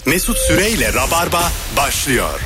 Mesut Süreyle Rabarba başlıyor.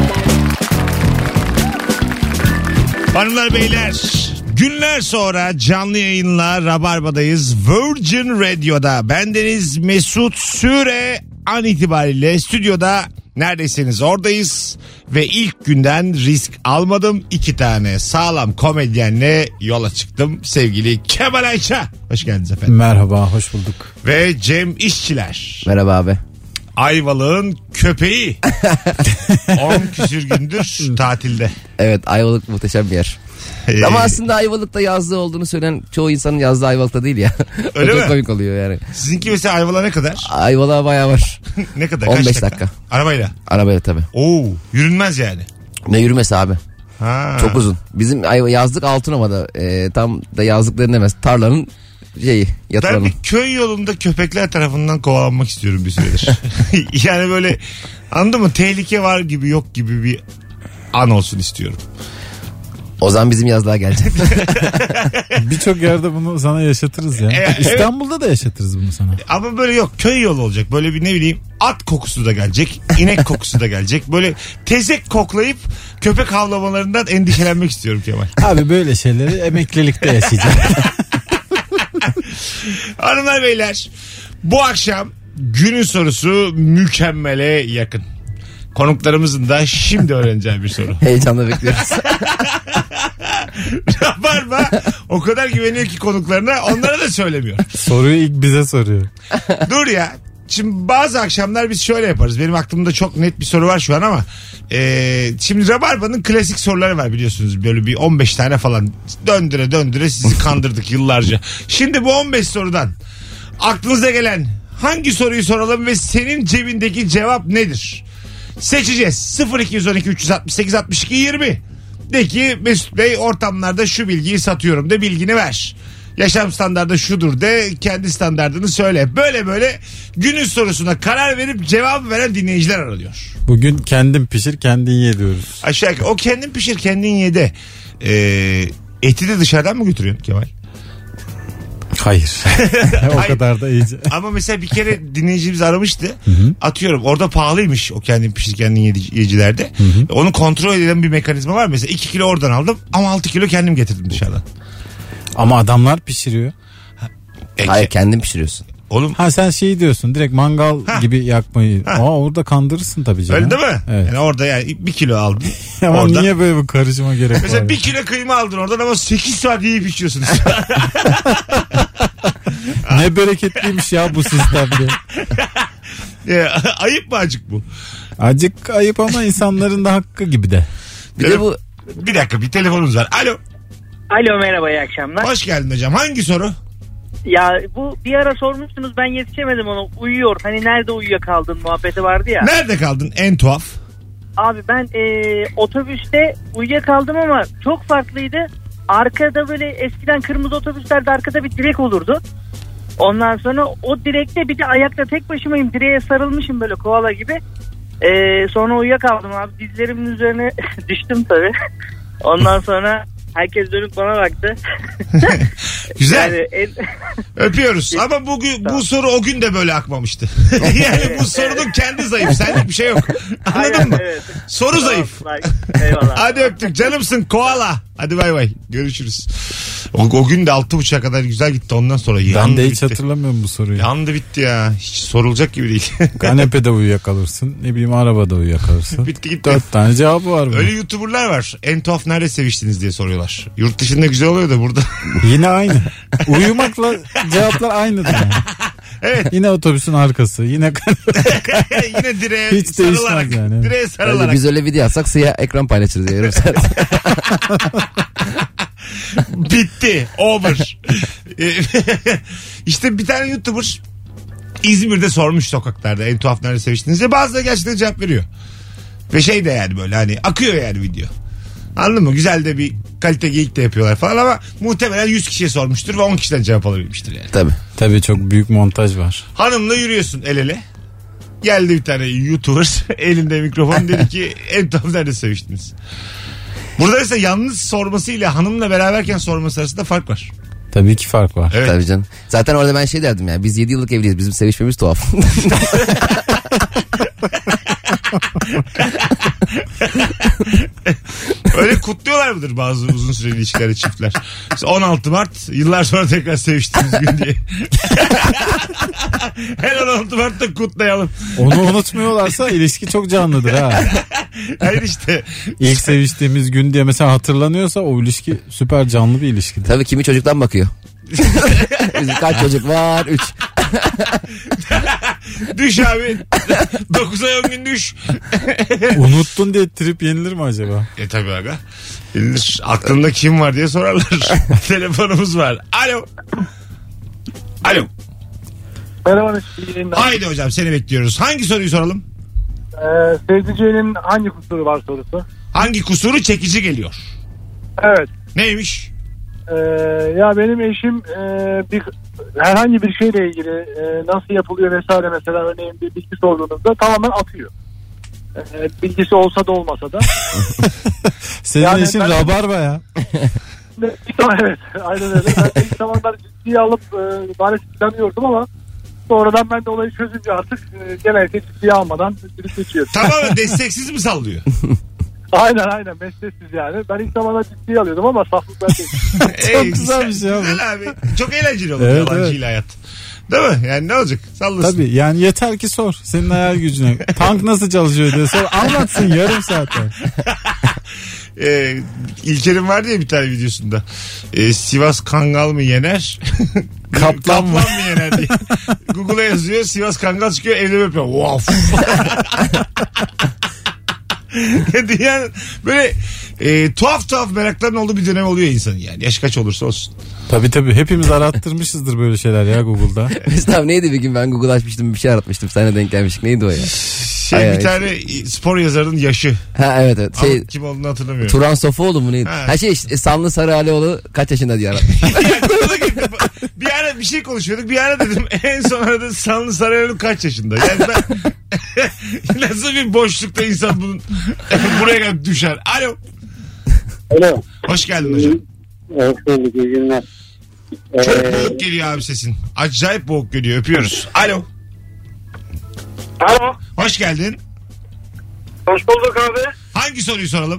Hanımlar beyler, günler sonra canlı yayınla Rabarba'dayız. Virgin Radio'da bendeniz Mesut Süre an itibariyle stüdyoda neredeyseniz oradayız. Ve ilk günden risk almadım. 2 tane sağlam komedyenle yola çıktım. Sevgili Kemal Ayça. Hoş geldiniz efendim. Merhaba, hoş bulduk. Ve Cem İşçiler. Merhaba abi. Ayvalık'ın köpeği. 10 küsür gündür tatilde. Evet, Ayvalık muhteşem bir yer. Ama aslında Ayvalık'ta yazlığı olduğunu söyleyen çoğu insanın yazdığı Ayvalık'ta değil ya. Öyle çok mi? komik oluyor yani. Sizinki mesela Ayvalık'a ne kadar? Ayvalık'a bayağı var. Ne kadar? 15 dakika. Arabayla? Arabayla tabii. Oo, yürünmez yani. Ne yürümesi abi. Ha. Çok uzun. Bizim yazlık Altınova'da. Tam da yazlık denilemez. Tarlanın yatıranın. Ben bir köy yolunda köpekler tarafından kovalanmak istiyorum bir süredir. Yani böyle, anladın mı? Tehlike var gibi yok gibi bir an olsun istiyorum. O zaman bizim yazlığa gelecek. Birçok yerde bunu sana yaşatırız ya. Evet. İstanbul'da da yaşatırız bunu sana. Ama böyle yok, köy yolu olacak. Böyle bir ne bileyim, at kokusu da gelecek. İnek kokusu da gelecek. Böyle tezek koklayıp köpek havlamalarından endişelenmek istiyorum Kemal. Abi böyle şeyleri emeklilikte yaşayacağım. Hanımlar beyler, bu akşam günün sorusu mükemmele yakın. Konuklarımızın da şimdi öğreneceği bir soru. Heyecanla bekliyoruz. Rabarba o kadar güveniyor ki konuklarına, onlara da söylemiyor. Soruyu ilk bize soruyor. Dur ya. Şimdi bazı akşamlar biz şöyle yaparız. Benim aklımda çok net bir soru var şu an ama şimdi Rabarba'nın klasik soruları var biliyorsunuz. Böyle bir 15 tane falan döndüre döndüre sizi kandırdık yıllarca. Şimdi bu 15 sorudan aklınıza gelen hangi soruyu soralım ve senin cebindeki cevap nedir? Seçeceğiz. 0212 368 62 20. De ki Mesut Bey ortamlarda şu bilgiyi satıyorum de, bilgini ver. Yaşam standardı şudur de, kendi standardını söyle. Böyle böyle günün sorusuna karar verip cevap veren dinleyiciler aranıyor. Bugün kendin pişir kendin ye diyoruz. Aşağı yukarı. O kendin pişir kendin ye de. Eti de dışarıdan mı götürüyorsun Kemal? Hayır. O Hayır. kadar da iyice. Ama mesela bir kere dinleyicimiz aramıştı. Atıyorum orada pahalıymış o kendin pişir kendin yedicilerde. Onu kontrol eden bir mekanizma var. Mesela 2 kilo oradan aldım ama 6 kilo kendim getirdim dışarıdan. Ama adamlar pişiriyor. Hayır, kendin pişiriyorsun. Oğlum. Ha sen şey diyorsun, direkt mangal gibi yakmayı. Orada kandırırsın tabii canım. Öyle değil mi? Evet. Yani orada yani 1 kilo aldın. Ama oradan. niye böyle bir karışıma gerek var? Mesela 1 kilo kıyma aldın oradan ama 8 saat yiyip içiyorsunuz. Ne bereketliymiş ya bu sistem diye. Ayıp mı acık bu? Acık ayıp ama insanların da hakkı gibi de. Bir de bu Bir dakika, bir telefonumuz var. Alo. Alo, merhaba, iyi akşamlar. Hoş geldin hocam. Hangi soru? Ya bu bir ara sormuştunuz, ben yetişemedim onu. Uyuyor. Hani nerede uyuyakaldın muhabbeti vardı ya. Nerede kaldın en tuhaf? Abi ben otobüste uyuyakaldım ama çok farklıydı. Arkada böyle eskiden kırmızı otobüslerde arkada bir direk olurdu. Ondan sonra o direkte bir de ayakta tek başımayım. Direğe sarılmışım böyle koala gibi. Sonra uyuyakaldım abi. Dizlerimin üzerine düştüm tabii. Ondan sonra herkes dönüp bana baktı. Güzel. Yani Öpüyoruz. Ama bugün bu soru o gün de böyle akmamıştı. Yani bu sorunun kendi zayıf. Senlik bir şey yok. Anladın Aynen, mı? evet. Soru zayıf. Eyvallah. Hadi öptük. Canımsın koala. Hadi bay bay. Görüşürüz. O gün de 6.30'a kadar güzel gitti. Ondan sonra yandı Ben de hiç bitti. hatırlamıyorum bu soruyu. Yandı bitti ya. Hiç sorulacak gibi değil. Kanepede uyuyakalırsın. Ne bileyim arabada uyuyakalırsın. Bitti gitti. 4 tane cevabı var bunun. Öyle YouTuber'lar var. En tuhaf nerede seviştiniz diye soruyorlar. Yurt dışında güzel oluyor da burada. Yine aynı. Uyumakla cevaplar aynıdır yani. Evet. Yine otobüsün arkası. Yine Yine direğe hiç sarılarak. değişmez yani. Direğe sarılarak. biz öyle video atsak siyah ekran paylaşırız ya, yarım saat. Bitti. Over. İşte bir tane YouTuber İzmir'de sormuş sokaklarda en tuhaf nerede seviştiniz diye. Bazıları gerçekten cevap veriyor. Ve şey de yani böyle hani akıyor yani video. Anladın mı? Güzel de bir kalite geyik de yapıyorlar falan ama muhtemelen 100 kişiye sormuştur ve 10 kişiden cevap alabilmiştir yani. Tabii. Tabii çok büyük montaj var. Hanımla yürüyorsun el ele. Geldi bir tane YouTuber elinde mikrofon, dedi ki en tuhaf nerede seviştiniz? Burada mesela yalnız sorması ile hanımla beraberken sorması arasında fark var. Tabii ki fark var. Evet. Tabii canım. Zaten orada ben şey derdim ya, biz 7 yıllık evliyiz, bizim sevişmemiz tuhaf. vardır bazı uzun süreli ilişkilerde çiftler. 16 Mart yıllar sonra tekrar seviştiğimiz gün diye. Her 16 Mart'ta kutlayalım. Onu unutmuyorlarsa ilişki çok canlıdır ha. Hayır işte. İlk seviştiğimiz gün diye mesela hatırlanıyorsa o ilişki süper canlı bir ilişkidir. Tabii kimi çocuktan bakıyor. Bizim kaç çocuk var? 3. Düş abi. 9 ay 10 gün düş. Unuttun diye trip yenilir mi acaba? Tabii aga. Yenilir. Aklında kim var diye sorarlar. Telefonumuz var. Alo. Alo. Merhaba. Haydi hocam seni bekliyoruz. Hangi soruyu soralım? Sevdiceğinin hangi kusuru var sorusu. Hangi kusuru çekici geliyor? Evet. Neymiş? Ya benim eşim herhangi bir şeyle ilgili nasıl yapılıyor vesaire mesela örneğin bir bilgi sorduğunuzda tamamen atıyor. Bilgisi olsa da olmasa da. Senin yani eşin rabarba ya. Evet aynen öyle. Ben ilk zamanlar ciddiye alıp maalesef planıyordum ama sonradan ben de olayı çözünce artık genellikle ciddiye almadan bir geçiyor. Tamamen desteksiz mi sallıyor? Aynen mesleksiz yani. Ben ilk zamanlar ciddiye alıyordum ama saflıklar değil. Çok güzelmiş ya bu. Güzel abi. Çok eğlenceli olur Evet, yalancıyla hayat. Değil mi? Yani ne olacak? Sallasın. Tabii yani yeter ki sor. Senin hayal gücüne. Tank nasıl çalışıyor diye sor. Anlatsın yarım saatte. İlker'in vardı ya bir tane videosunda. Sivas Kangal mı yener? Kaplan mı yener diye. Google'a yazıyor. Sivas Kangal çıkıyor. Evde yapıyor. Wow. Dünyanın böyle tuhaf merakların olduğu bir dönem oluyor insanın yani. Yaş kaç olursa olsun. Tabii hepimiz arattırmışızdır böyle şeyler ya Google'da. Mesela neydi bir gün ben Google açmıştım bir şey aratmıştım. Sana denk gelmiştik. Neydi o ya? Bir tane spor yazarının yaşı. Ha evet. Ama kim olduğunu hatırlamıyorum. Turan Sofuoğlu mu neydi? Her şey işte Sanlı Sarıalioğlu kaç yaşında diye aratmış. Bir ara bir şey konuşuyorduk. Bir ara dedim en son arada Sanlı Sarıalioğlu kaç yaşında? Yani ben nasıl bir boşlukta insan bunun buraya kadar düşer. Alo. Alo. Hoş geldin hocam. Hoş bulduk. İyi günler. Çok boğuk geliyor abi sesin. Acayip boğuk geliyor. Öpüyoruz. Alo. Alo. Hoş geldin. Hoş bulduk abi. Hangi soruyu soralım?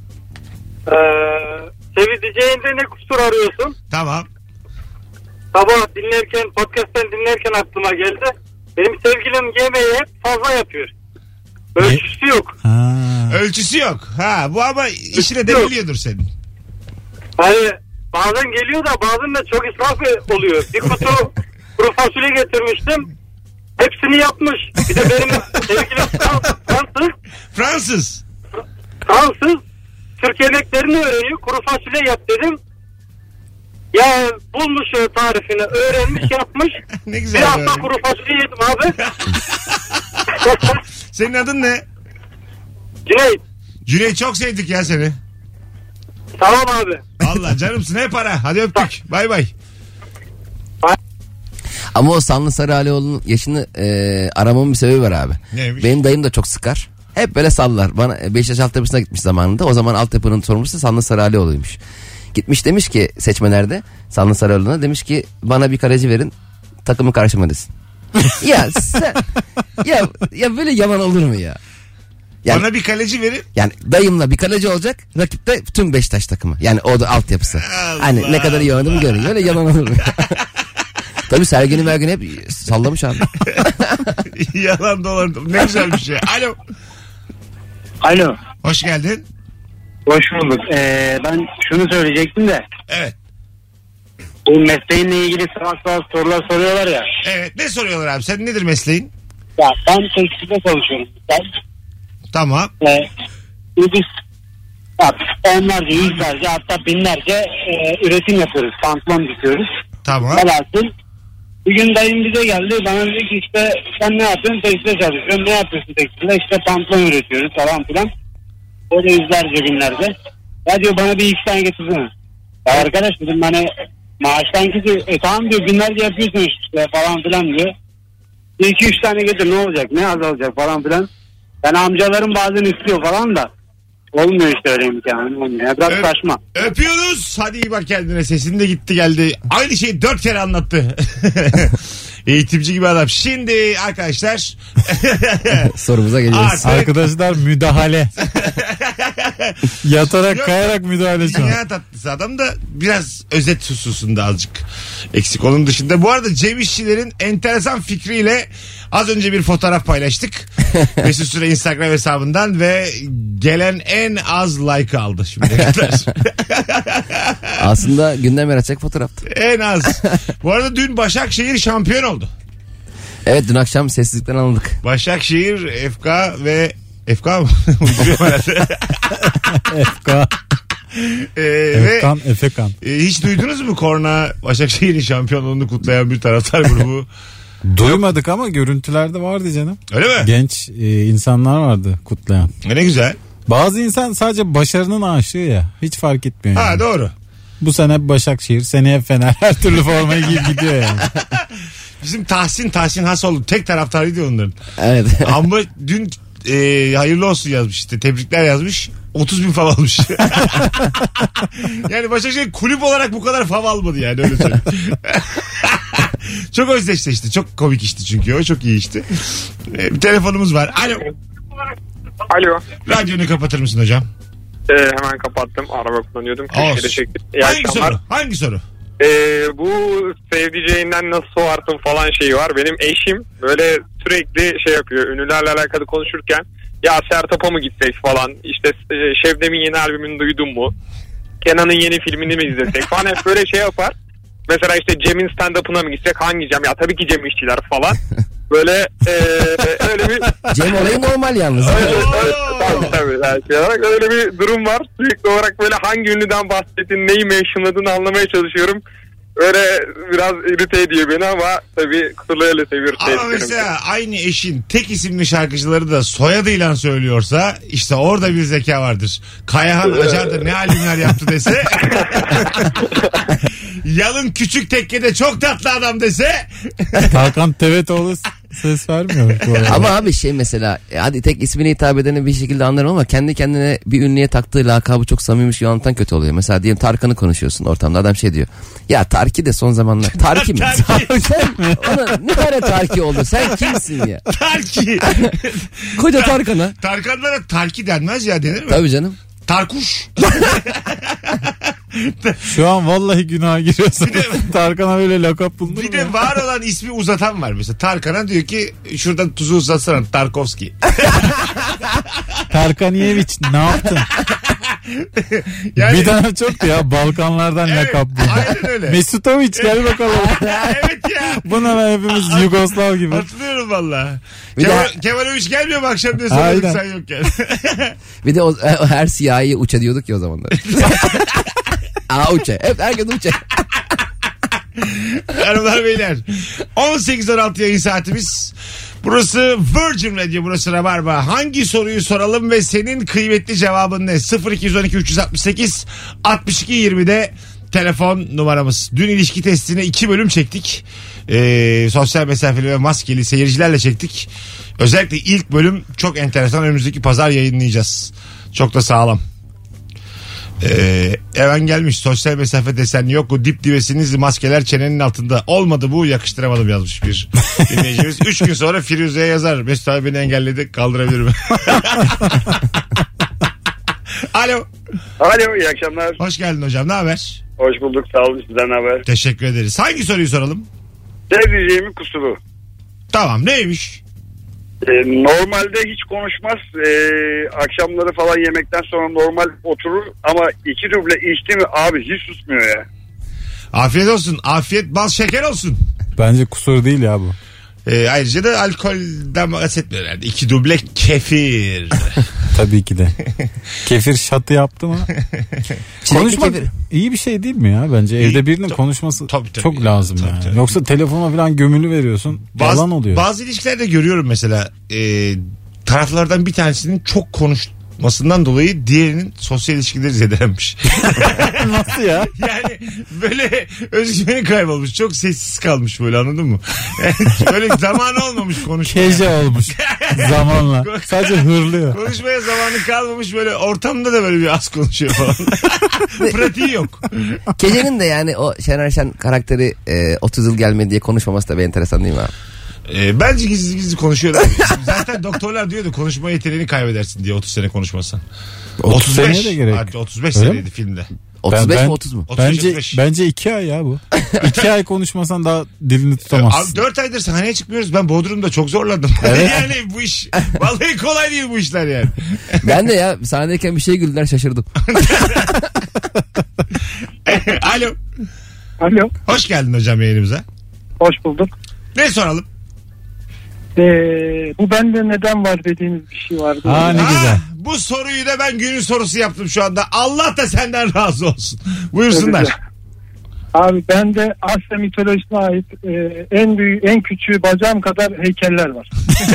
Sevdiceğinde ne kusur arıyorsun? Tamam. Sabah podcast'ten dinlerken aklıma geldi. Benim sevgilim yemeği hep fazla yapıyor. Ölçüsü yok. Ha. Ölçüsü yok. Ha bu ama işine de biliyordur senin. Hani bazen geliyor da bazen de çok israf oluyor. Bir kutu kuru fasulye getirmiştim. Hepsini yapmış. Bir de benim sevgilim Fransız. Türk yemeklerini öğreniyor. Kuru fasulye yap dedim. Ya bulmuş o tarifini, öğrenmiş, yapmış. Ne güzel. Bir hafta kuru fasulye yedim abi. Senin adın ne? Cüneyt. Cüneyt çok sevdik ya seni. Tamam abi. Vallahi canımsın hep ara. Hadi öptük. Bay bay. Ama o Sanlı Sarıalioğlu'nun yaşını aramamın bir sebebi var abi. Neymiş? Benim dayım da çok sıkar. Hep böyle sallar. Bana Beşiktaş altyapısına gitmiş zamanında. O zaman altyapının sorumlusu Sanlı Sarıalioğlu'ymuş. Gitmiş demiş ki seçmelerde Sanlı Sarıalioğlu'na demiş ki bana bir kaleci verin takımı karşıma desin. Ya sen ya böyle yalan olur mu ya? Yani, bana bir kaleci verin. Yani dayımla bir kaleci olacak. Rakipte tüm Beşiktaş takımı. Yani o da altyapısı. Allah Hani ne kadar iyi oynadığımı görün. Öyle yalan olur mu? Tabii Sergen'i hep sallamış abi. Yalan dolan. Ne güzel bir şey. Alo. Alo. Hoş geldin. Hoş bulduk. Ben şunu söyleyecektim de. Evet. Bu mesleğinle ilgili sağ sorular soruyorlar ya. Evet. Ne soruyorlar abi? Sen nedir mesleğin? Ya ben tekstilde çalışıyorum. Tamam. Biz onlarca, yüzlerce hatta binlerce üretim yapıyoruz. Pantolon dikiyoruz. Tamam. Velhasıl bir gün dayım bize geldi. Bana dedi ki işte sen ne yapıyorsun? Tekstilde çalışıyorsun. Ne yapıyorsun tekstilde? İşte pantolon üretiyoruz falan filan. O da yüzlerce binlerce. Ya diyor bana bir iki tane getirsene. Ya arkadaş dedim hani maaştan gidiyor. Tamam diyor binlerce yapıyorsun işte falan filan diyor. 2-3 tane getir ne olacak? Ne azalacak falan filan. Yani amcalarım bazen istiyor falan da. Olmuyor işte öyle imkanı. Olmuyor. Biraz saçma. Öpüyoruz. Hadi iyi bak kendine. Sesin de gitti geldi. Aynı şeyi 4 kere anlattı. Eğitimci gibi adam. Şimdi arkadaşlar sorumuza geliyoruz. Artık... Arkadaşlar müdahale. Yatarak Yok. kayarak müdahale şu an. Dünya tatlısı adam da biraz özet hususunda azıcık eksik. Onun dışında bu arada Cem İşçilerin enteresan fikriyle az önce bir fotoğraf paylaştık. Mesut Süre Instagram hesabından ve gelen en az like aldı şimdiye kadar. Aslında gündem yaratacak fotoğraftı. En az. Bu arada dün Başakşehir şampiyon oldu. Evet, dün akşam sessizlikten anladık. Başakşehir, FK ve FK mı? Uyduruyorum herhalde. FK. Ve Efekan. hiç duydunuz mu korna Başakşehir'in şampiyonluğunu kutlayan bir taraftar grubu? Duymadık ama görüntülerde vardı canım. Öyle mi? Genç insanlar vardı kutlayan. Ne güzel. Bazı insan sadece başarının aşığı ya. Hiç fark etmiyor. Ha yani. doğru. Bu sene Başakşehir, seneye Fener, her türlü formayı giyip gidiyor yani. Bizim Tahsin Hasoğlu tek taraftarıydı onların. Evet. Ama dün hayırlı olsun yazmış işte. Tebrikler yazmış. 30.000 fav almış. Yani Başakşehir kulüp olarak bu kadar fav almadı yani, öyle söyleyeyim. Çok özdeşleşti. Çok komik işti çünkü o. Çok iyi işti. Bir telefonumuz var. Alo. Alo. Radyonu kapatır mısın hocam? Hemen kapattım. Araba kullanıyordum. Olsun. Hangi soru? Bu sevdiceğinden nasıl soğarsın falan şeyi var. Benim eşim böyle sürekli şey yapıyor. Ünlülerle alakalı konuşurken ya Sertab'a mı gitsek falan. İşte Şebnem'in yeni albümünü duydun mu? Kenan'ın yeni filmini mi izlesek falan. Hep böyle şey yapar. Mesela işte Cem'in stand-up'ına mı gitsek, hangi Cem? Ya tabii ki Cem İşçiler falan. Böyle öyle bir... Cem olayı normal yalnız. Tabii. Öyle bir durum var. Sürekli olarak böyle hangi ünlüden bahsettiğin, neyi mentionladığını anlamaya çalışıyorum. Öyle biraz irite ediyor beni ama tabii kutulayla seviyoruz. Ama mesela aynı eşin tek isimli şarkıcıları da soyadıyla söylüyorsa işte orada bir zeka vardır. Kayahan Acar da ne albümler yaptı dese, Yalın Küçük Tekke'de çok tatlı adam dese. Hakan Tevetoğlu ses vermiyor. Ama abi şey mesela hadi tek ismine hitap edeni bir şekilde anlarım ama kendi kendine bir ünlüye taktığı lakabı çok samimi şey anlatan kötü oluyor. Mesela diyelim Tarkan'ı konuşuyorsun ortamda, adam şey diyor. Ya Tarki de son zamanlar. Tarki mi? Ona ne ara Tarki oldu? Sen kimsin ya? Tarki. Koca Tarkan'a. Tarkanlara Tarki denmez ya, denir mi? Tabii canım. Tarkuş. Şu an vallahi günaha giriyorsun. Tarkan'a böyle lakap bulunur mu? Bir de var olan ismi uzatan var mesela. Tarkan'a diyor ki şuradan tuzu uzatsana, Tarkovski. Tarkaniyeviç ne yaptın? Yani, bir tane çoktu ya Balkanlardan evet, lakap bu. aynen öyle. Mesutoviç gel bakalım. Evet ya. Buna ben hepimiz Yugoslav gibi. Hatırlıyorum valla. Bir Kemaloviç gelmiyor mu akşam diye sorduk sen yokken. Bir de o her siyahiye uça diyorduk ya o zamanlar. Uça. Hep herkes uça. Hanımlar beyler, 18-16 yayın saatimiz. Burası Virgin Radio, burası Rabarba. Hangi soruyu soralım ve senin kıymetli cevabın ne? 0212 368 62 20'de telefon numaramız. Dün ilişki testine 2 bölüm çektik. Sosyal mesafeli ve maskeli seyircilerle çektik. Özellikle ilk bölüm çok enteresan. Önümüzdeki pazar yayınlayacağız. Çok da sağlam. Hemen gelmiş, sosyal mesafe desen yok, o dip divesiniz, maskeler çenenin altında, olmadı bu, yakıştıramadım yazmış bir dinleyicimiz. 3 gün sonra Firuze'ye yazar, Mesut abi beni engelledi, kaldırabilir mi? Alo. Alo, iyi akşamlar. Hoş geldin hocam, ne haber? Hoş bulduk, sağ olun, sizden ne haber? Teşekkür ederiz. Hangi soruyu soralım? Sevdiceğimin kusuru. Tamam, neymiş? Normalde hiç konuşmaz. Akşamları falan yemekten sonra normal oturur ama 2 duble içti mi abi hiç susmuyor ya. Afiyet olsun. Afiyet bal şeker olsun. Bence kusur değil ya bu. Ayrıca da alkolden bahsetmiyor herhalde. 2 duble kefir. Tabii ki de. Kefir şatı yaptı mı? Konuşmak kefir. iyi bir şey değil mi ya bence? Evde birinin konuşması tabii. çok lazım Tabii, yani. tabii. Yoksa telefona falan gömülü veriyorsun. Yalan oluyor. Bazı ilişkilerde görüyorum mesela, taraflardan bir tanesinin çok konuşmasından dolayı diğerinin sosyal ilişkileri zedelenmiş. Nasıl ya? Yani böyle özgüveni kaybolmuş. Çok sessiz kalmış böyle, anladın mı? Böyle zamanı olmamış konuşmaya. Kece olmuş zamanla. Sadece hırlıyor. Konuşmaya zamanı kalmamış, böyle ortamda da böyle bir az konuşuyor falan. Pratiği yok. Gecenin de yani o Şener Şen karakteri 30 yıl gelmedi diye konuşmaması da bir enteresan değil mi abi? Bence gizli gizli konuşuyorlar. Zaten doktorlar diyordu konuşma yeteneğini kaybedersin diye 30 sene konuşmasan. 30 seneye de gerek. Hadi 35 Öyle seneydi mi? filmde. 35 Ben- mi 30 mu? 35. Bence 2 ay ya bu. 2 ay konuşmasan daha dilini Abi tutamazsın. 4 aydır sahneye çıkmıyoruz. Ben Bodrum'da çok zorladım. Evet. Yani bu iş vallahi kolay değil bu işler yani. Ben de ya sahnedeyken bir şey güldüler şaşırdım. Alo. Alo. Hoş geldin hocam yayınımıza. Hoş bulduk. Ne soralım? Bu bende neden var dediğiniz bir şey vardı. Ha, ne güzel. Bu soruyu da ben günün sorusu yaptım şu anda. Allah da senden razı olsun. Buyursunlar. Abi bende Asya mitolojisine ait en küçüğü bacağım kadar heykeller var.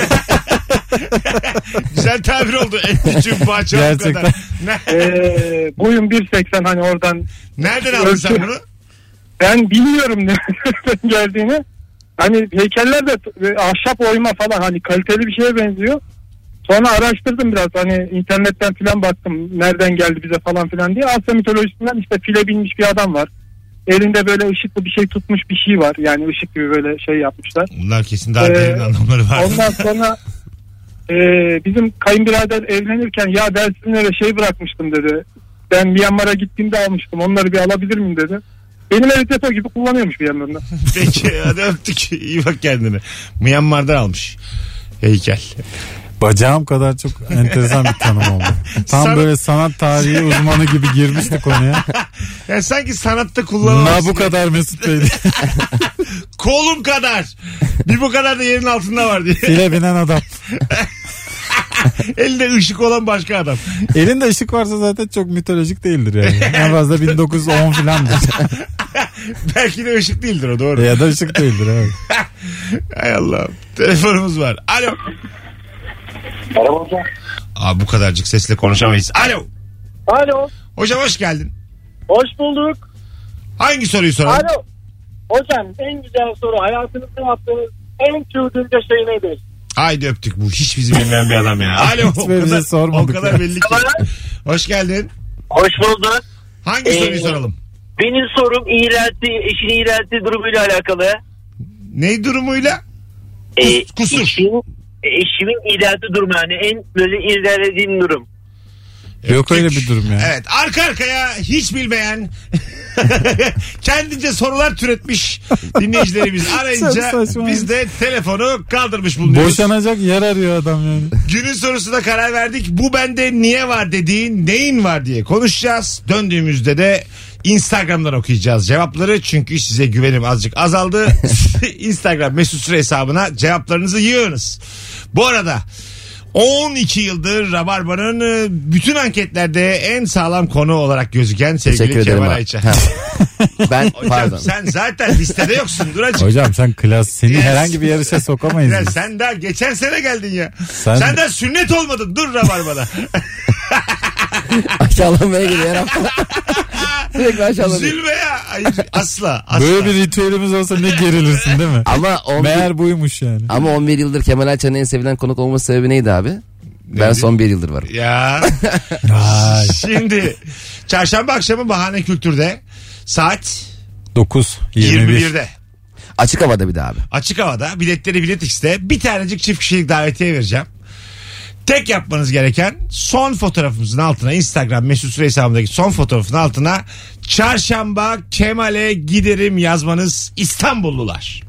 Güzel tabir oldu. En küçük bahçe Gerçekten. kadar. Boyum 1.80 hani oradan. Nereden aldın sen bunu? Ben bilmiyorum nereden geldiğini. Hani heykeller de ahşap oyma falan hani kaliteli bir şeye benziyor. Sonra araştırdım biraz hani internetten filan baktım nereden geldi bize falan filan diye. Asya mitolojisinden işte file binmiş bir adam var. Elinde böyle ışıklı bir şey tutmuş bir şey var. Yani ışık gibi böyle şey yapmışlar. Bunlar kesin daha derin anlamları var. Ondan sonra bizim kayınbirader evlenirken ya Dersimlere şey bırakmıştım dedi. Ben Myanmar'a gittiğimde almıştım. Onları bir alabilir miyim dedi. Benim ev depo gibi kullanıyormuş bir yandan da. Peki hadi öptük. İyi bak kendine. Myanmar'dan almış heykel. Bacağım kadar çok enteresan bir tanım oldu. Tam böyle sanat tarihi uzmanı gibi girmişti konuya. Yani sanki sanatta kullanılmaz. Bu kadar Mesut Bey. Kolum kadar. Bir bu kadar da yerin altında var diye. File binen adam. Elinde ışık olan başka adam. Elinde ışık varsa zaten çok mitolojik değildir yani. En fazla 1910 filandır. Belki de ışık değildir o, doğru. Ya da ışık değildir evet. Hay Allah'ım. Telefonumuz var. Alo. Merhaba hocam. Abi bu kadarcık sesle konuşamayız. Alo. Alo. Hocam hoş geldin. Hoş bulduk. Hangi soruyu soralım? Alo. Hocam en güzel soru hayatınızda yaptığınız en çılgınca şey nedir? Haydi öptük, bu hiç bizi bilmeyen bir adam ya. Alo. Hiç böyle bir şey sormadık o kadar ya. belli ki. Hoş geldin. Hoş bulduk. Hangi soruyu soralım? Benim sorum eşin iğrelti durumuyla alakalı. Ne durumuyla? Kusur. Eşimin iğrelti durumu yani en böyle iğrelediğim durum. Yok öyle bir durum ya. Evet, arka arkaya hiç bilmeyen kendince sorular türetmiş dinleyicilerimiz arayınca biz de telefonu kaldırmış bulunuyoruz. Boşanacak yer arıyor adam yani. Günün sorusuna karar verdik. Bu bende niye var dediğin neyin var diye konuşacağız. Döndüğümüzde de Instagram'dan okuyacağız cevapları. Çünkü size güvenim azıcık azaldı. Instagram Mesut Süre hesabına cevaplarınızı yığınız. Bu arada 12 yıldır Rabarba'nın bütün anketlerde en sağlam konu olarak gözüken sevgili Kemal Ayça. Ben Hocam pardon. sen zaten listede yoksun, dur açık. Hocam sen klas seni herhangi bir yarışa sokamayız. Ya biz. sen daha geçen sene geldin ya. Sen- Sen daha sünnet olmadın, dur Rabarba'da. Aşağılamaya gidiyor her hafta. Sürekli aşağılamıyor. Üzülme ya. Hayır, asla. Böyle bir ritüelimiz olsa ne gerilirsin değil mi? Ama 11, Meğer buymuş yani. ama 11 yıldır Kemal Ayça'nın en sevilen konuk olması sebebi neydi abi? Ben Neydi? son 1 yıldır varım. Ya. Ay. Şimdi çarşamba akşamı Bahane Kültür'de saat 9:21. 21'de. Açık havada bir de abi. Açık havada, biletleri Bilet X'te, bir tanecik çift kişilik davetiye vereceğim. Tek yapmanız gereken son fotoğrafımızın altına, Instagram Mesut Süre hesabındaki son fotoğrafın altına çarşamba Kemal'e giderim yazmanız, İstanbullular.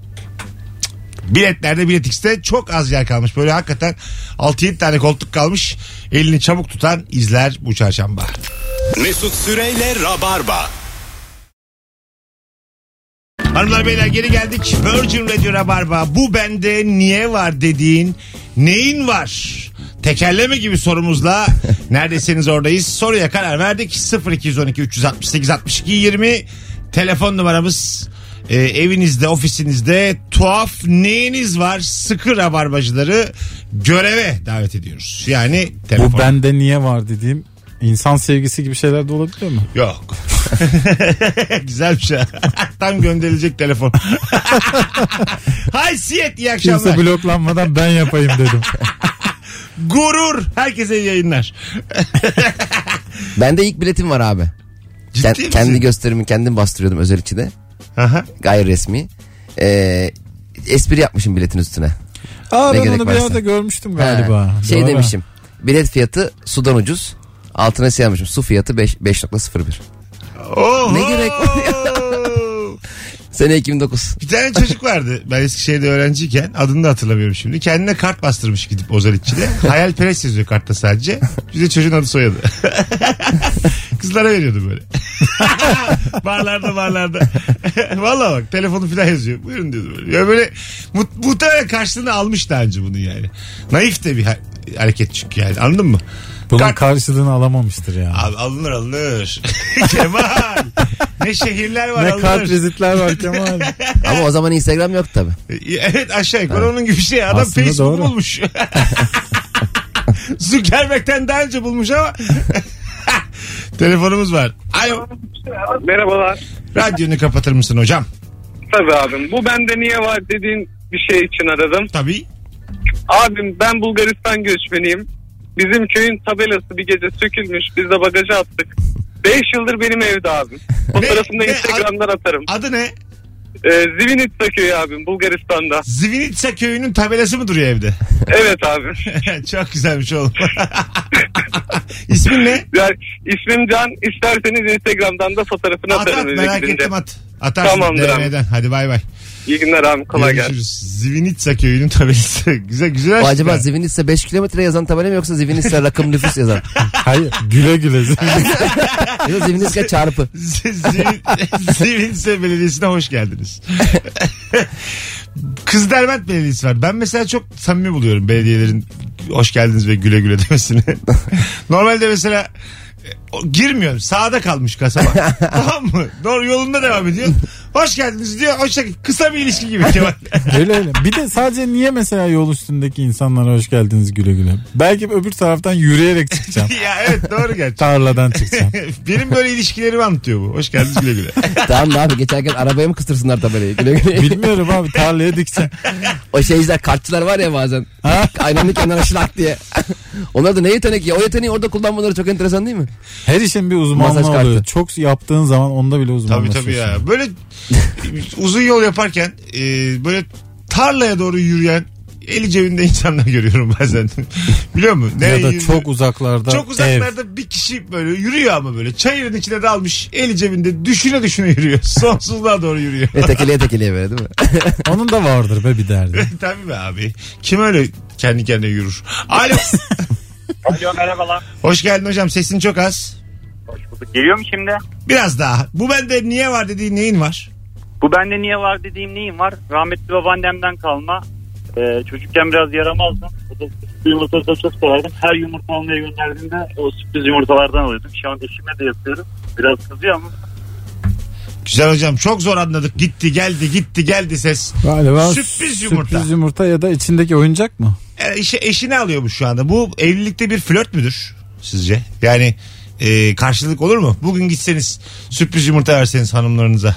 Biletlerde Bilet X'te çok az yer kalmış. Böyle hakikaten 6-7 tane koltuk kalmış. Elini çabuk tutan izler bu çarşamba. Mesut Süreyle Rabarba. Hanımlar beyler geri geldik. Virgin Radio Rabarba. Bu bende niye var dediğin neyin var? Tekerleme gibi sorumuzla neredesiniz oradayız. Soruya karar verdik. 0212 368 62 20 telefon numaramız. Evinizde, ofisinizde tuhaf neyiniz var? Sıkı rabarbacıları göreve davet ediyoruz. Yani telefon. Bu bende niye var dediğim insan sevgisi gibi şeyler de olabiliyor mu? Yok. Güzel bir şey. Tam gönderilecek telefon. Haysiyet, iyi akşamlar. Kimse bloklanmadan ben yapayım dedim. Gurur. Herkese iyi yayınlar. Bende ilk biletim var abi. Ciddi misin? Kendi gösterimi kendim bastırıyordum özel içide. Aha. Gayri resmi. espri yapmışım biletin üstüne. Aa, Ne ben gerek onu bir varsa. yerde görmüştüm galiba. Ha, şey Doğru. demişim. Bilet fiyatı sudan ucuz. Altına şey yazmışım. Su fiyatı 5.01. Oho! Ne gerek var ya? Sene 2009. Bir tane çocuk vardı. Ben Eskişehir'de öğrenciyken, adını da hatırlamıyorum şimdi. Kendine kart bastırmış gidip Ozalitçi'de. Hayalperest yazıyor kartta sadece. Bize çocuğun adı soyadı. Kızlara veriyordu böyle. barlarda. Vallahi bak telefonu falan yazıyor. Buyurun diyordu böyle. Ya böyle muhtemelen karşılığını almış daha önce bunun yani. Naif de bir hareket çünkü yani, anladın mı? Bunun karşılığını alamamıştır ya. Abi alınır. Kemal. Ne şehirler var, Ne alınır. kartvizitler var Kemal. Ama o zaman Instagram yok tabii. Evet, aşağı yukarı onun gibi bir şey. Adam Aslında Facebook doğru. bulmuş. Zuckerberg'ten daha önce bulmuş ama. Telefonumuz var. Alo. Merhabalar. Radyonu kapatır mısın hocam? Tabii abim. Bu bende niye var dediğin bir şey için aradım. Tabii. Abim ben Bulgaristan göçmeniyim. Bizim köyün tabelası bir gece sökülmüş. Biz de bagaja attık. 5 yıldır benim evde abim. Fotoğrafını Ne? Instagram'dan atarım. Adı ne? Zivinitsa köyü abim, Bulgaristan'da. Zivinitsa köyünün tabelası mı duruyor evde? Evet abim. Çok güzelmiş oğlum. İsmin ne? Yani ismim Can. İsterseniz Instagram'dan da fotoğrafını At atarım. eve merak gidince. ettim at. Atarsın Tamamdır abi. DM'den. Hadi bay bay. İyi günler abi, kolay gelsin. Görüşürüz. Zivinitsa köyünün tabelası. güzel. O acaba Zivinitsa 5 kilometre yazan tabela mı yoksa Zivinitsa rakım nüfus yazan? Hayır, güle güle. Yok, Zivinitsa çarpı. Zivinitsa Belediyesi'ne hoş geldiniz. Kızıldermet Belediyesi var. Ben mesela çok samimi buluyorum belediyelerin hoş geldiniz ve güle güle demesini. Normalde mesela girmiyorum. Sağda kalmış kasaba. Tamam mı? Doğru yolunda devam ediyor. Hoş geldiniz diyor. Hoşça kısa bir ilişki gibi Kemal. Öyle. Bir de sadece niye mesela yol üstündeki insanlara hoş geldiniz güle güle? Belki öbür taraftan yürüyerek çıkacağım. Ya evet doğru gerçi. Tarladan çıkacağım. Benim böyle ilişkilerimi anlatıyor bu. Hoş geldiniz güle güle. Tamam da abi geçerken arabaya mı kıstırsınlar tabelayı? Güle güle. Bilmiyorum abi, tarlaya dikeceğim. O şeyciler, kartçılar var ya bazen. Aynanın kenarına şılak diye. Onlar da ne yetenek ya? O yeteneği orada kullanmaları çok enteresan değil mi? Her işin bir uzmanlığı Masaj kartı. oluyor. Çok yaptığın zaman onda bile uzmanlaşıyorsun. Tabii ya. Böyle uzun yol yaparken böyle tarlaya doğru yürüyen eli cebinde insanlar görüyorum bazen. Biliyor musun? Ya Nereye da yürüyor? çok uzaklarda Bir kişi böyle yürüyor ama böyle çayırın içine dalmış, eli cebinde düşüne yürüyor. Sonsuzluğa doğru yürüyor. Tekeliye böyle değil mi? Onun da vardır be bir derdi. Tabii be abi. Kim öyle kendi kendine yürür? Alo. Alo, merhabalar. Hoş geldin hocam. Sesin çok az. Hoş bulduk. Geliyor mu şimdi? Biraz daha. Bu bende niye var dediğin neyin var? Bu bende niye var dediğim neyim var? Rahmetli babaannemden kalma. Çocukken biraz yaramazdım. O da sürpriz yumurtaları çok severdim. Her yumurta almaya gönderdiğimde o sürpriz yumurtalardan alıyordum. Şu an eşime de yapıyorum. Biraz kızıyor ama. Güzel hocam. Çok zor anladık. Gitti geldi ses. Galiba Sürpriz yumurta. Sürpriz yumurta ya da içindeki oyuncak mı? Eşini alıyormuş şu anda. Bu evlilikte bir flört müdür sizce? Yani karşılık olur mu? Bugün gitseniz sürpriz yumurta verseniz hanımlarınıza.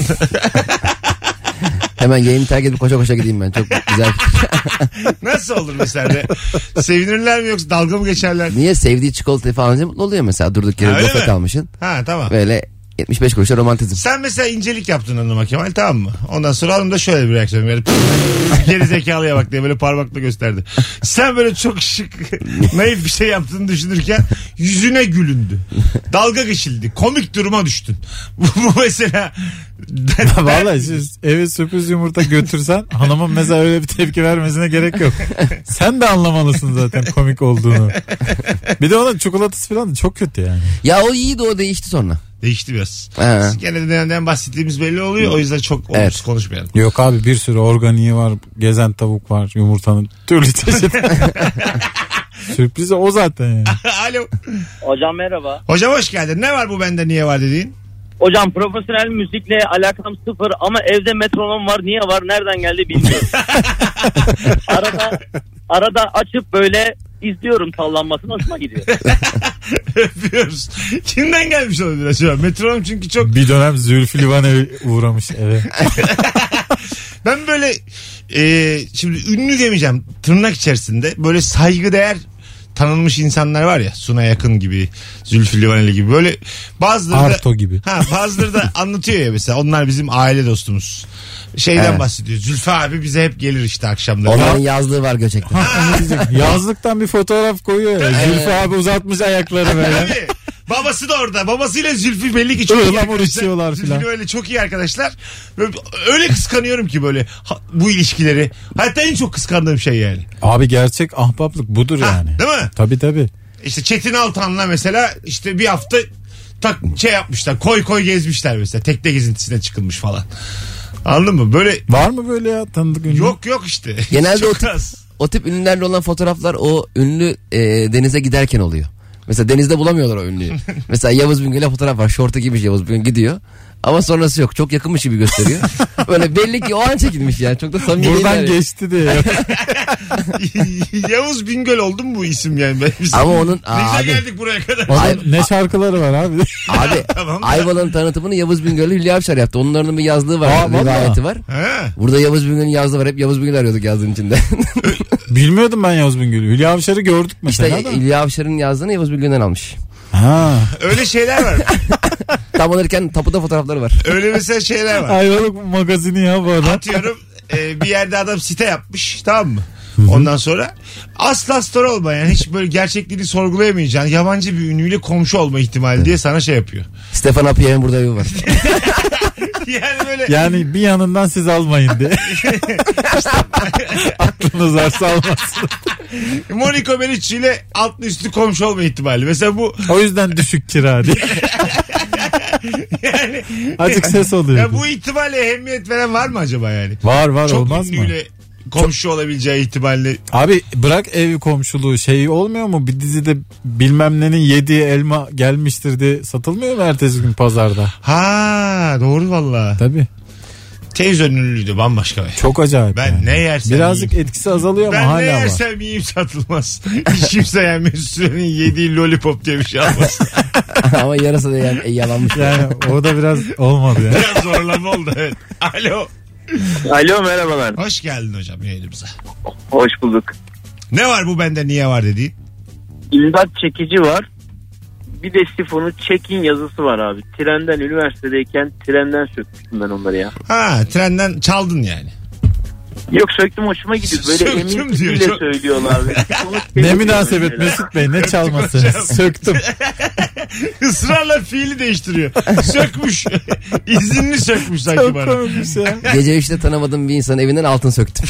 Hemen yayını terk edip koşa koşa gideyim ben. Çok güzel. Nasıl olur mesela? Sevinirler mi yoksa dalga mı geçerler? Niye sevdiği çikolatayı falan alınca mutlu oluyor mesela. Durduk yere gofret almışsın. Ha tamam. Böyle 75 kuruşa romantizm. Sen mesela incelik yaptın hanıma Kemal, tamam mı? Ondan sonra hanım da şöyle bir reaksiyon verip geri zekalıya bak diye böyle parmakla gösterdi. Sen böyle çok şık naif bir şey yaptığını düşünürken yüzüne gülündü. Dalga geçildi. Komik duruma düştün. Bu mesela Vallahi siz eve sürpriz yumurta götürsen hanımın mesela öyle bir tepki vermesine gerek yok. Sen de anlamalısın zaten komik olduğunu. Bir de onun çikolatası falan da çok kötü yani. Ya o iyiydi, o değişti sonra. Değişti biraz. Ha. Gene de neden bahsettiğimiz belli oluyor. O yüzden çok olumsuz konuşmayalım. Yok abi, bir sürü organiği var. Gezen tavuk var. Yumurtanın türlü çeşit. Sürprizi o zaten yani. Alo. Hocam merhaba. Hocam hoş geldin. Ne var bu bende niye var dediğin? Hocam profesyonel müzikle alakam sıfır ama evde metronom var. Niye var? Nereden geldi bilmiyorum. arada açıp böyle izliyorum, sallanması hoşuma gidiyor. Öpüyoruz. Kimden gelmiş olabilir acaba? Metronom çünkü çok... Bir dönem Zülfü Livan'a uğramış eve. Ben böyle şimdi ünlü demeyeceğim, tırnak içerisinde böyle saygıdeğer tanınmış insanlar var ya, Suna Yakın gibi, Zülfü Livaneli gibi, böyle bazıları da Arto gibi. Bazıları da anlatıyor ya mesela, onlar bizim aile dostumuz Şeyden Evet. bahsediyor. Zülfü abi bize hep gelir işte akşamları. Onların yazlığı var Göçek'te. Yazlıktan bir fotoğraf koyuyor ya. Zülfü abi uzatmış ayakları böyle. Tabii. Babası da orada. Babasıyla Zülfü belli ki çok iyi Ihlamur arkadaşlar. içiyorlar filan. Zülfü öyle çok iyi arkadaşlar. Öyle kıskanıyorum ki böyle bu ilişkileri. Hatta en çok kıskandığım şey yani. Abi gerçek ahbaplık budur yani. Değil mi? Tabii. İşte Çetin Altan'la mesela işte bir hafta şey yapmışlar. Koy gezmişler mesela. Tekne gezintisine çıkılmış falan. Anladın mı? Böyle Var mı böyle ya tanıdık ünlü? yok işte. Genelde Çok az. o tip ünlülerle olan fotoğraflar o ünlü denize giderken oluyor. Mesela denizde bulamıyorlar o ünlüyü. Mesela Yavuz Bingöl'e fotoğraf var. Şortu giymiş Yavuz Bingöl gidiyor. Ama sonrası yok. Çok yakınmış gibi gösteriyor. Böyle belli ki o an çekilmiş yani. Çok da samimi Buradan değil. geçti diye. Yavuz Bingöl oldu mu bu isim yani? Ama onun Ne güzel abi, geldik buraya kadar. Onun ne şarkıları var abi. abi Tamam da. Ayvalık'ın tanıtımını Yavuz Bingöl'le Hülya Avşar yaptı. Onların bir yazlığı var. Aa, vallahi. Rivayeti var. Ha. Burada Yavuz Bingöl'ün yazlığı var. Hep Yavuz Bingöl arıyorduk yazdığın içinde. Bilmiyordum ben Yavuz Bingöl'ü. Hülya Avşar'ı gördük mesela İşte da. Hülya Avşar'ın yazdığını Yavuz Bingöl'den almış. Ha. Öyle şeyler var. Tam alırken tapuda fotoğrafları var. Öyle mesela şeyler var. Ayvalık magazini ya bu adam. Atıyorum bir yerde adam site yapmış, tamam mı? Ondan sonra asla story olma yani, hiç böyle gerçekliğini sorgulayamayacağın yabancı bir ünlüyle komşu olma ihtimali diye sana şey yapıyor. Stefan Apier'in burada evi var. Yani böyle Yani bir yanından siz almayın diye. Aklınız varsa almazsın. Monica Bellucci ile altlı üstü komşu olma ihtimali. Mesela bu O yüzden düşük kira diye. yani Azıcık ses oluyor. ya bu ihtimale ehemmiyet veren var mı acaba yani? Var Çok olmaz mı? ünlüyle komşu olabileceği ihtimalle. Abi bırak ev komşuluğu şey olmuyor mu? Bir dizide bilmem nenin yediği elma gelmiştir diye satılmıyor mu ertesi gün pazarda? Ha doğru valla. Tabii. Televizyon ünlüydü bambaşka. Çok acayip. Ben yani. ne yersem Birazcık yiyeyim. etkisi azalıyor ama Ben hala ne var. yersem yiyeyim satılmaz. Hiç kimse yani Mesut Süren'in yediği lollipop diye bir şey almasın. Ama yarısı da yani yalanmış. Yani o da biraz olmadı yani. Biraz zorlama oldu evet. Alo. Alo merhabalar. Hoş geldin hocam yayınımıza. Hoş bulduk. Ne var bu bende niye var dediğin? İmdat çekici var. Bir de sifonu check-in yazısı var abi. Trenden üniversitedeyken trenden sökmüştüm ben onları ya. Ha trenden çaldın yani. Yok söktüm hoşuma gidiyor. Böyle Söktüm emin diyor, diliyle çok- söylüyorlar abi. Ne münasebet Mesut Bey, ne çalması. Söktüm. Israrla fiili değiştiriyor. Sökmüş. İzinli sökmüş sanki Çok bana. komikmiş ya. Gece 3'te tanımadığım bir insanın evinden altın söktüm.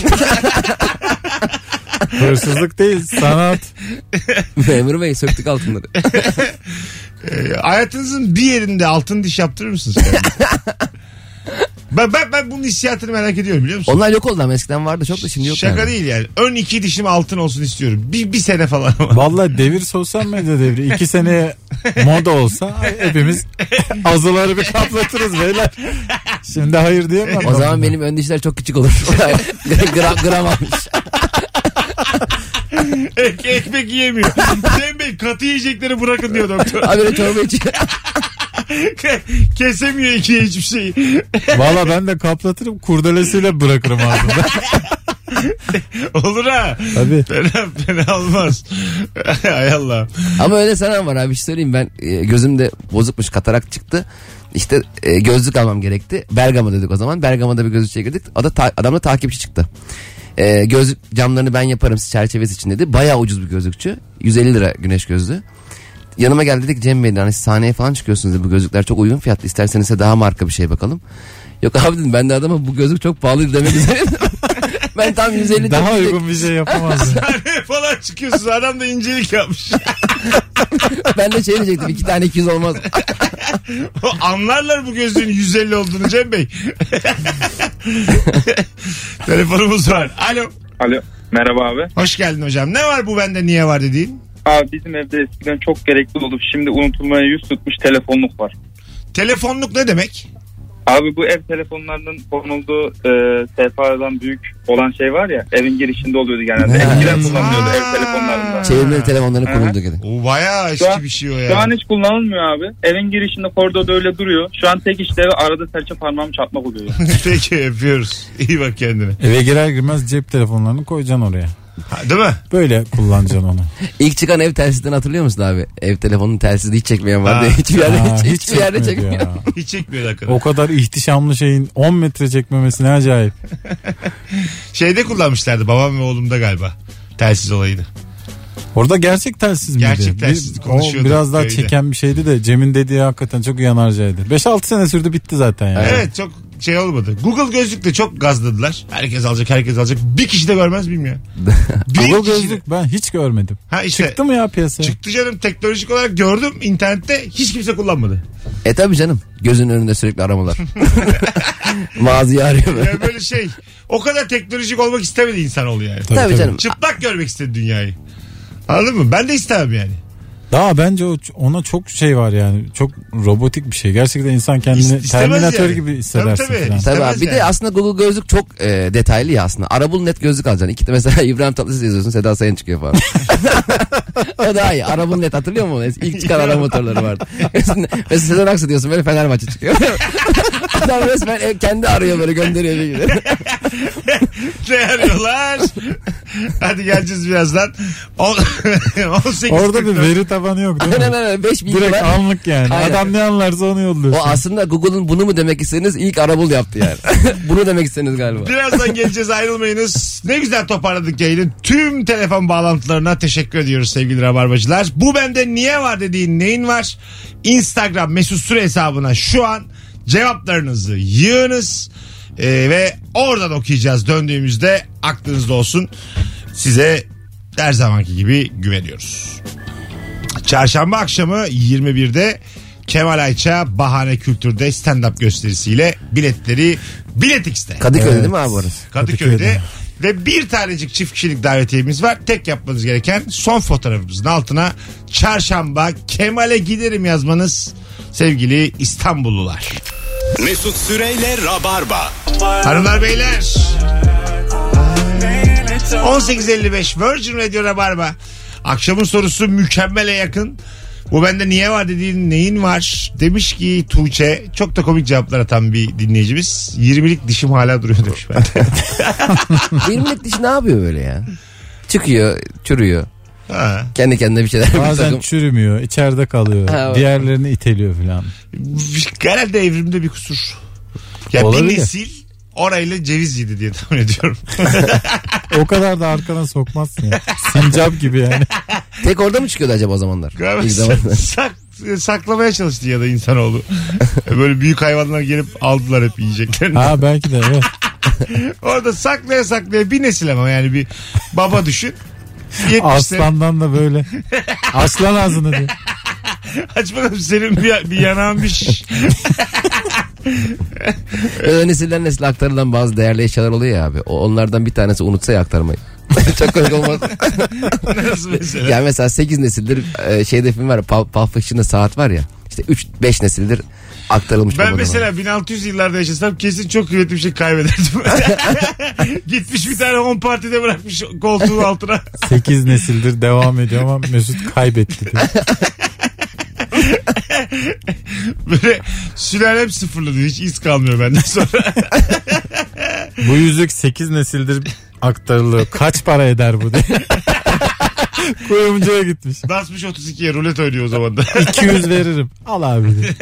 Hırsızlık değil, sanat. Memur Bey söktük altınları. Hayatınızın bir yerinde altın diş yaptırır mısınız? Ben bunun hissiyatını merak ediyorum biliyor musun? Onlar yok oldu ama eskiden vardı çok da şimdi yok. Şaka yani. değil yani. Ön iki dişim altın olsun istiyorum. Bir sene falan ama. Vallahi devir sosyal medya devri. 2 seneye moda olsa hepimiz azıları bir kaplatırız beyler. Şimdi hayır diyemem. O zaman benim ön dişler çok küçük olur. gram almış. Ekmek yiyemiyor. Cem Bey katı yiyecekleri bırakın diyor doktor. Abi öyle çorba içiyor. Kesemiyor ikiye hiçbir şeyi. Valla ben de kaplatırım, kurdelesiyle bırakırım ağzımda. Olur ha. Tabii. Fena olmaz. Hay Allah. Ama öyle sana var abi, bir şey söyleyeyim, ben gözümde bozukmuş, katarak çıktı. İşte gözlük almam gerekti. Bergama dedik o zaman. Bergama'da bir gözlükçiye girdik. Adam da takipçi çıktı. Gözlük camlarını ben yaparım çerçevesi için dedi. Bayağı ucuz bir gözlükçü. 150 lira güneş gözlüğü. Yanıma geldi, dedik Cem Bey hani sahneye falan çıkıyorsunuz dedi. Bu gözlükler çok uygun fiyatlı. İsterseniz size daha marka bir şey bakalım. Yok abi dedim, ben de adama bu gözlük çok pahalı demek üzere. Ben tam 150 Daha uygun bir şey yapamazdım. Sahneye falan çıkıyorsunuz. Adam da incelik yapmış. Ben de şey diyecektim, 2 tane 200 olmaz. Anlarlar bu gözlüğün 150 olduğunu Cem Bey. Telefonumuz var. Alo. Alo. Merhaba abi. Hoş geldin hocam. Ne var bu bende niye var dediğin? Abi bizim evde eskiden çok gerekli olup şimdi unutulmaya yüz tutmuş telefonluk var. Telefonluk ne demek? Abi bu ev telefonlarının konulduğu sehpadan büyük olan şey var ya, evin girişinde oluyordu genelde. Eskiden kullanılıyordu ev telefonlarında. Çevirmeli telefonların konulduğu gibi. O bayağı eski bir şey o ya. Şu an hiç kullanılmıyor abi. Evin girişinde koridorda öyle duruyor. Şu an tek işlevi arada serçe parmağımı çatmak oluyor. Peki yapıyoruz. İyi bak kendine. Eve girer girmez cep telefonlarını koyacaksın oraya. Değil mi? Böyle kullanacaksın onu. İlk çıkan ev telsizden hatırlıyor musun abi? Ev telefonunun telsizi hiç çekmeyen vardı. Ha. Hiçbir yerde, hiçbir yerde çekmiyor çekmiyor. ya. Hiç çekmiyor hakikaten. O kadar ihtişamlı şeyin 10 metre çekmemesi ne acayip. Şeyde kullanmışlardı babam ve oğlumda galiba. Telsiz olayını. Orada gerçek telsiz miydi? Gerçek telsiz konuşuyordu O biraz daha köyde. çeken bir şeydi de Cem'in dediği hakikaten çok yanarcaydı. 5-6 sene sürdü bitti zaten yani. Evet çok şey olmadı. Google gözlükle çok gazladılar. Herkes alacak. Bir kişi de görmez miyim ya? Google gözlük ben hiç görmedim. Ha işte, çıktı mı ya piyasaya? Çıktı canım, teknolojik olarak gördüm internette, hiç kimse kullanmadı. Tabii canım. Gözünün önünde sürekli aramalar. Mağazayı arıyor böyle. Yani böyle şey, o kadar teknolojik olmak istemedi insanoğlu yani. Tabii canım. Çıplak görmek istedi dünyayı. Anladın mı? Ben de istemem yani. Daha bence ona çok şey var yani. Çok robotik bir şey. Gerçekten insan kendini Terminator yani gibi hissedersin tabii. falan. Tabii abi. Bir de aslında Google gözlük çok detaylı ya aslında. Arabul net gözlük alacaksın. İki de mesela İbrahim Tatlıses yazıyorsun, Seda Sayan çıkıyor falan. O daha iyi. Arabul net hatırlıyor musun? İlk çıkan araba motorları vardı. Mesela Sezen Aksu diyorsun, böyle Fenerbahçe çıkıyor. Adam resmen kendi arıyor, böyle gönderiyor bir gibi. Ne arıyorlar? Hadi geleceğiz birazdan. 18 Orada bir veri tabanı yok değil mi? Aynen 5 bilgi Direkt var. anlık yani. Aynen. Adam ne anlarsa onu yolluyorsun. O aslında Google'un bunu mu demek istediniz, ilk Arabul yaptı yani. Bunu demek istediniz galiba. Birazdan geleceğiz, ayrılmayınız. Ne güzel toparladık yayının. Tüm telefon bağlantılarına teşekkür ediyoruz sevgili Rabarbacılar. Bu bende niye var dediğin neyin var? Instagram Mesut Süre hesabına şu an cevaplarınızı yığınız. Ve oradan okuyacağız döndüğümüzde, aklınızda olsun. Size her zamanki gibi güveniyoruz. Çarşamba akşamı 21'de Kemal Ayça Bahane Kültür'de stand-up gösterisiyle biletleri Bilet X'te. Kadıköy'de değil mi abi orası? Kadıköy'de. Ve bir tanecik çift kişilik davetiyemiz var. Tek yapmanız gereken son fotoğrafımızın altına çarşamba Kemal'e giderim yazmanız sevgili İstanbullular. Mesut Süreyle Rabarba. Hanımlar beyler, 18.55 Virgin Radio Rabarba. Akşamın sorusu mükemmele yakın. Bu bende niye var dediğin neyin var? Demiş ki Tuğçe, çok da komik cevaplar atan bir dinleyicimiz. 20'lik dişim hala duruyor demiş bende. 20'lik diş ne yapıyor böyle ya? Çıkıyor, çürüyor. Ha. Kendi kendine bir şeyler. Bazen çürümüyor, içeride kalıyor. Ha, diğerlerini iteliyor falan. Herhalde evrimde bir kusur. Ya Olabilir. bir nesil orayla ceviz yedi diye tahmin ediyorum. O kadar da arkana sokmazsın ya. Sincap gibi yani. Tek orada mı çıkıyordu acaba o zamanlar? Galiba İlk zamanlar. saklamaya çalıştı ya da insanoğlu. Böyle büyük hayvanlar gelip aldılar hep yiyeceklerini. Ha belki de evet. Orada saklaya bir nesil ama yani bir baba düşün. 70'te. Aslandan da böyle. Aslan ağzını diyor. Aç bakalım senin bir yanağın bir şiş. Nesilden nesile aktarılan bazı değerli eşyalar oluyor ya abi. Onlardan bir tanesi unutsa ya aktarmayı. Çok komik olmaz. Nasıl mesela? Yani mesela 8 nesildir şeyde film var ya, Pulp Fiction'da saat var ya. İşte 3-5 nesildir aktarılmış. Ben mesela 1600 yıllarda yaşasam kesin çok kıymetli bir şey kaybederdim. Gitmiş bir tane 10 partide bırakmış koltuğun altına. 8 nesildir devam ediyor ama Mesut kaybetti diyor. Böyle sülalem sıfırladı, hiç iz kalmıyor benden sonra. Bu yüzük 8 nesildir aktarılıyor. Kaç para eder bu diye. Kuyumcuya gitmiş. Basmış 32'ye rulet oynuyor o zaman da. 200 veririm. Al abi diye.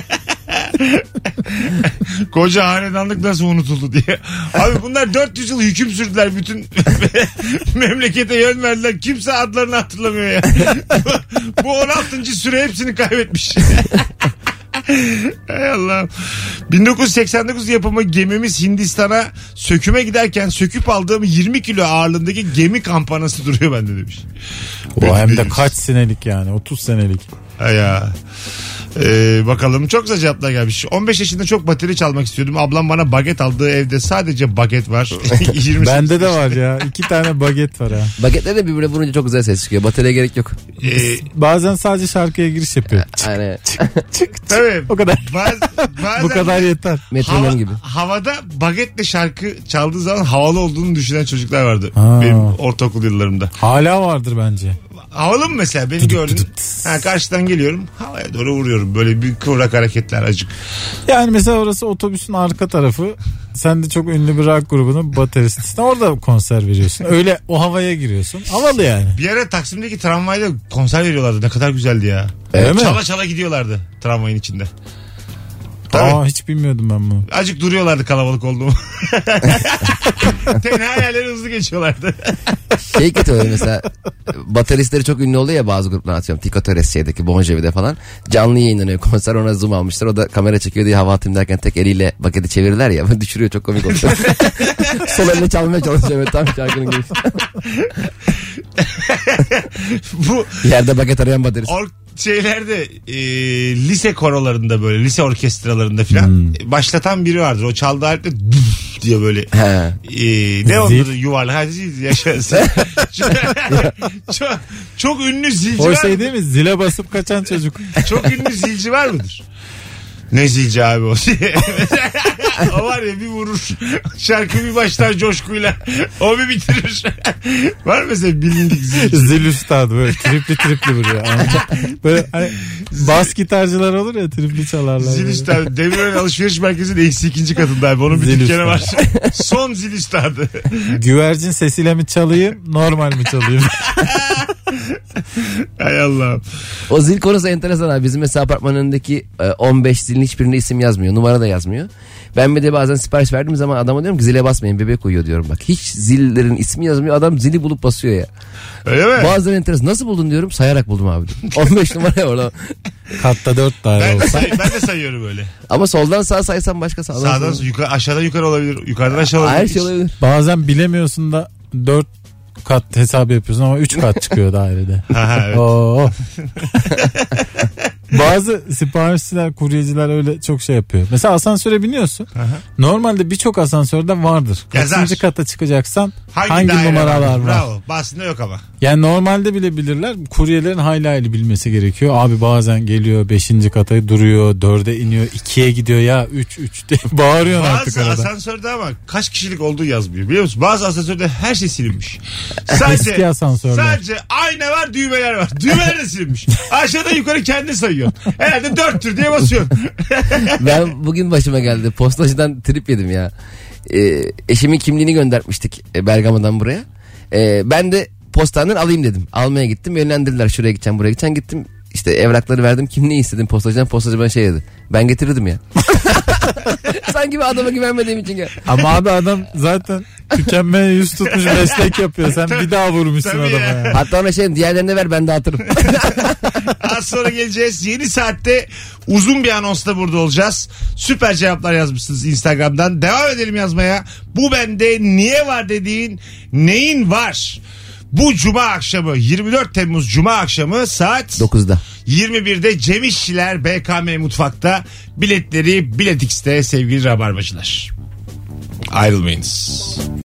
Koca hanedanlık nasıl unutuldu diye. Abi bunlar 400 yıl hüküm sürdüler. Bütün memlekete yön verdiler. Kimse adlarını hatırlamıyor ya. Bu 16. süre hepsini kaybetmiş. Hay Allah'ım. 1989 yapımı gemimiz Hindistan'a söküme giderken söküp aldığım 20 kilo ağırlığındaki gemi kampanası duruyor bende demiş. O hem de kaç senelik yani, 30 senelik. Hay ya. Bakalım çok güzel cevaplar gelmiş. 15 yaşında çok bateri çalmak istiyordum. Ablam bana baget aldığı evde sadece baget var. Bende de var ya. 2 tane baget var ha. Bagetler de birbirine vurunca çok güzel ses çıkıyor. Bataryaya gerek yok. Bazen sadece şarkıya giriş yapıyor. Yani Tabii. O kadar. Bazen Bu kadar yeter. metronom gibi. Havada bagetle şarkı çaldığı zaman havalı olduğunu düşünen çocuklar vardı. Ha. Benim ortaokul yıllarımda. Hala vardır bence. Havalı mı mesela? Beni gördün. Karşıdan geliyorum. Havaya doğru vuruyorum. Böyle bir kıvrak hareketler acık. Yani mesela orası otobüsün arka tarafı. sen de çok ünlü bir rock grubunun bateristisin. Orada konser veriyorsun. Öyle o havaya giriyorsun. Havalı yani. Bir ara Taksim'deki tramvayda konser veriyorlardı. Ne kadar güzeldi ya. Öyle mi? Çala çala gidiyorlardı tramvayın içinde. Tabii. Aa, hiç bilmiyordum ben bunu. Azıcık duruyorlardı kalabalık olduğumu. Tenha yerleri hızlı geçiyorlardı. Şey kötü öyle mesela bateristleri çok ünlü oluyor ya bazı gruplar, atıyorum Tiko Torres şeydeki Bon Jovi'de falan canlı yayınlanıyor konser, ona zoom almışlar, o da kamera çekiyor diye hava atayım derken tek eliyle baketi çevirirler ya düşürüyor, çok komik oluyor. Sol elle çalmaya çalışıyor tam şarkının girişi. Bu yerde baket arayan baterist. Şeylerde lise korolarında böyle lise orkestralarında filan başlatan biri vardır. O çaldığı aletle diye böyle ne onları yuvarlak hadi yaşasın. çok ünlü zilci o var şey mıdır? değil mi? Zile basıp kaçan çocuk. Çok ünlü zilci var mıdır? Ne zilci abi o? O var ya bir vurur. Şarkı bir başlar coşkuyla. O bir bitirir. Var mesela bilindik zilci. Zil üstadı böyle tripli vuruyor. Böyle hani bas gitarcılar olur ya, tripli çalarlar. Zil üstadı. Demirören alışveriş merkezinin eksi 2. katında abi. Onun bir Zil dükkanı var. Son zil üstadı. Güvercin sesiyle mi çalayım, normal mi çalayım? Hay Allah'ım. O zil konusu enteresan abi. Bizim mesela apartmanın önündeki 15 zilin hiçbirinde isim yazmıyor. Numara da yazmıyor. Ben bir de bazen sipariş verdiğim zaman adama diyorum ki zile basmayın, bebek uyuyor diyorum bak. Hiç zillerin ismi yazmıyor. Adam zili bulup basıyor ya. Öyle mi? Bazıları enteresan. Nasıl buldun diyorum. Sayarak buldum abi. 15 numara orada. Katta 4 daire olsa. Ben de sayıyorum öyle. Ama soldan sağa saysan başka, sağdan yukarı, aşağıdan yukarı olabilir. Yukarıdan aşağı olabilir. Her şey olabilir. Bazen bilemiyorsun da 4 kat hesabı yapıyorsun ama 3 kat çıkıyor dairede. Evet. Oo. Bazı siparişçiler, kuryeciler öyle çok şey yapıyor. Mesela asansöre biniyorsun. Normalde birçok asansörde vardır. Kaçıncı kata çıkacaksan hangi numaralar var? Bravo. Basında yok ama. Yani normalde bile bilirler. Kuryelerin hayli hayli bilmesi gerekiyor. Abi bazen geliyor 5. kata duruyor, 4'e iniyor, 2'ye gidiyor, ya 3 diye bağırıyorsun artık arada. Bazı asansörde ama kaç kişilik olduğu yazmıyor, biliyor musun? Bazı asansörde her şey silinmiş. Eski asansörler. Sadece ayna var, düğmeler var. Düğmeler de silinmiş. Aşağıdan yukarı kendi sayıyor. Herhalde 4'tür diye basıyorsun. Ben bugün başıma geldi. Postacıdan trip yedim ya. Eşimin kimliğini göndermiştik Bergama'dan buraya. Ben de postaneden alayım dedim. Almaya gittim. Yönlendirdiler, şuraya gideceğim, buraya gideceğim. Gittim işte, evrakları verdim. Kimliği istedim postacıdan. Postacı bana şey dedi. Ben getirdim ya. Sanki bir adama güvenmediğim için gel. Ama abi adam zaten tükenmeye yüz tutmuş meslek yapıyor. Sen bir daha vurmuşsun Tabii adama ya. ya. Hatta ona şey, diğerlerine ver ben dağıtırım. Az sonra geleceğiz. Yeni saatte uzun bir anonsla burada olacağız. Süper cevaplar yazmışsınız Instagram'dan. Devam edelim yazmaya. Bu bende niye var dediğin neyin var? Bu cuma akşamı, 24 Temmuz cuma akşamı saat 9'da 21'de Cem İşçiler BKM Mutfak'ta, biletleri Bilet X'te sevgili Rabarbacılar. Ayrılmayınız.